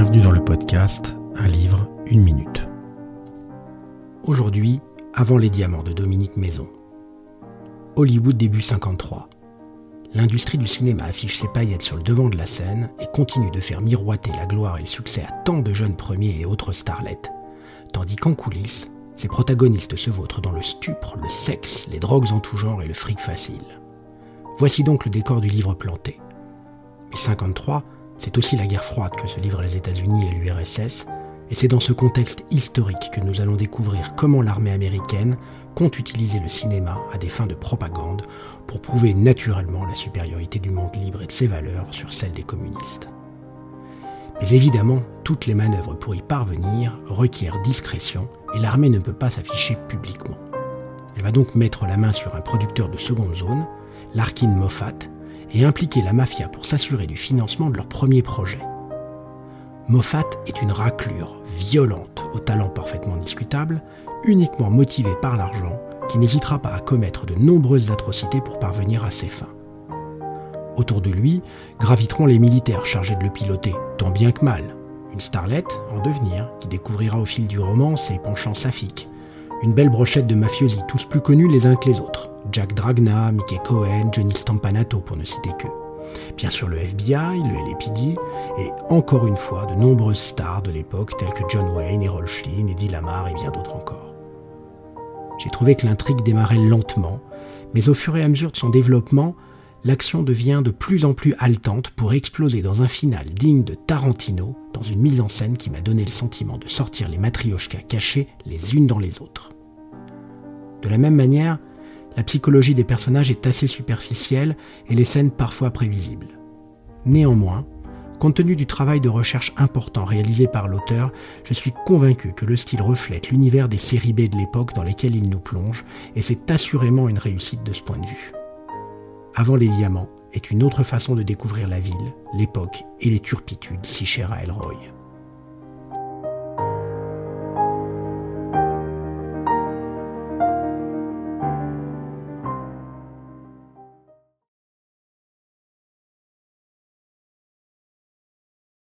Bienvenue dans le podcast Un livre, une minute. Aujourd'hui, Avant les diamants de Dominique Maison. Hollywood début 53. L'industrie du cinéma affiche ses paillettes sur le devant de la scène et continue de faire miroiter la gloire et le succès à tant de jeunes premiers et autres starlettes, tandis qu'en coulisses, ses protagonistes se vautrent dans le stupre, le sexe, les drogues en tout genre et le fric facile. Voici donc le décor du livre planté. Mais 53, c'est aussi la guerre froide que se livrent les États-Unis et l'URSS, et c'est dans ce contexte historique que nous allons découvrir comment l'armée américaine compte utiliser le cinéma à des fins de propagande pour prouver naturellement la supériorité du monde libre et de ses valeurs sur celle des communistes. Mais évidemment, toutes les manœuvres pour y parvenir requièrent discrétion et l'armée ne peut pas s'afficher publiquement. Elle va donc mettre la main sur un producteur de seconde zone, Larkin Moffat, et impliquer la mafia pour s'assurer du financement de leur premier projet. Moffat est une raclure violente, au talent parfaitement discutable, uniquement motivée par l'argent, qui n'hésitera pas à commettre de nombreuses atrocités pour parvenir à ses fins. Autour de lui graviteront les militaires chargés de le piloter, tant bien que mal. Une starlette en devenir, qui découvrira au fil du roman ses penchants saphiques. Une belle brochette de mafiosi, tous plus connus les uns que les autres. Jack Dragna, Mickey Cohen, Johnny Stampanato, pour ne citer qu'eux. Bien sûr le FBI, le LAPD, et encore une fois de nombreuses stars de l'époque telles que John Wayne, Errol Flynn, Eddie Lamar et bien d'autres encore. J'ai trouvé que l'intrigue démarrait lentement, mais au fur et à mesure de son développement, l'action devient de plus en plus haletante pour exploser dans un final digne de Tarantino, dans une mise en scène qui m'a donné le sentiment de sortir les matrioshkas cachées les unes dans les autres. De la même manière, la psychologie des personnages est assez superficielle et les scènes parfois prévisibles. Néanmoins, compte tenu du travail de recherche important réalisé par l'auteur, je suis convaincu que le style reflète l'univers des séries B de l'époque dans lesquelles il nous plonge, et c'est assurément une réussite de ce point de vue. Avant les diamants est une autre façon de découvrir la ville, l'époque et les turpitudes si chères à Elroy.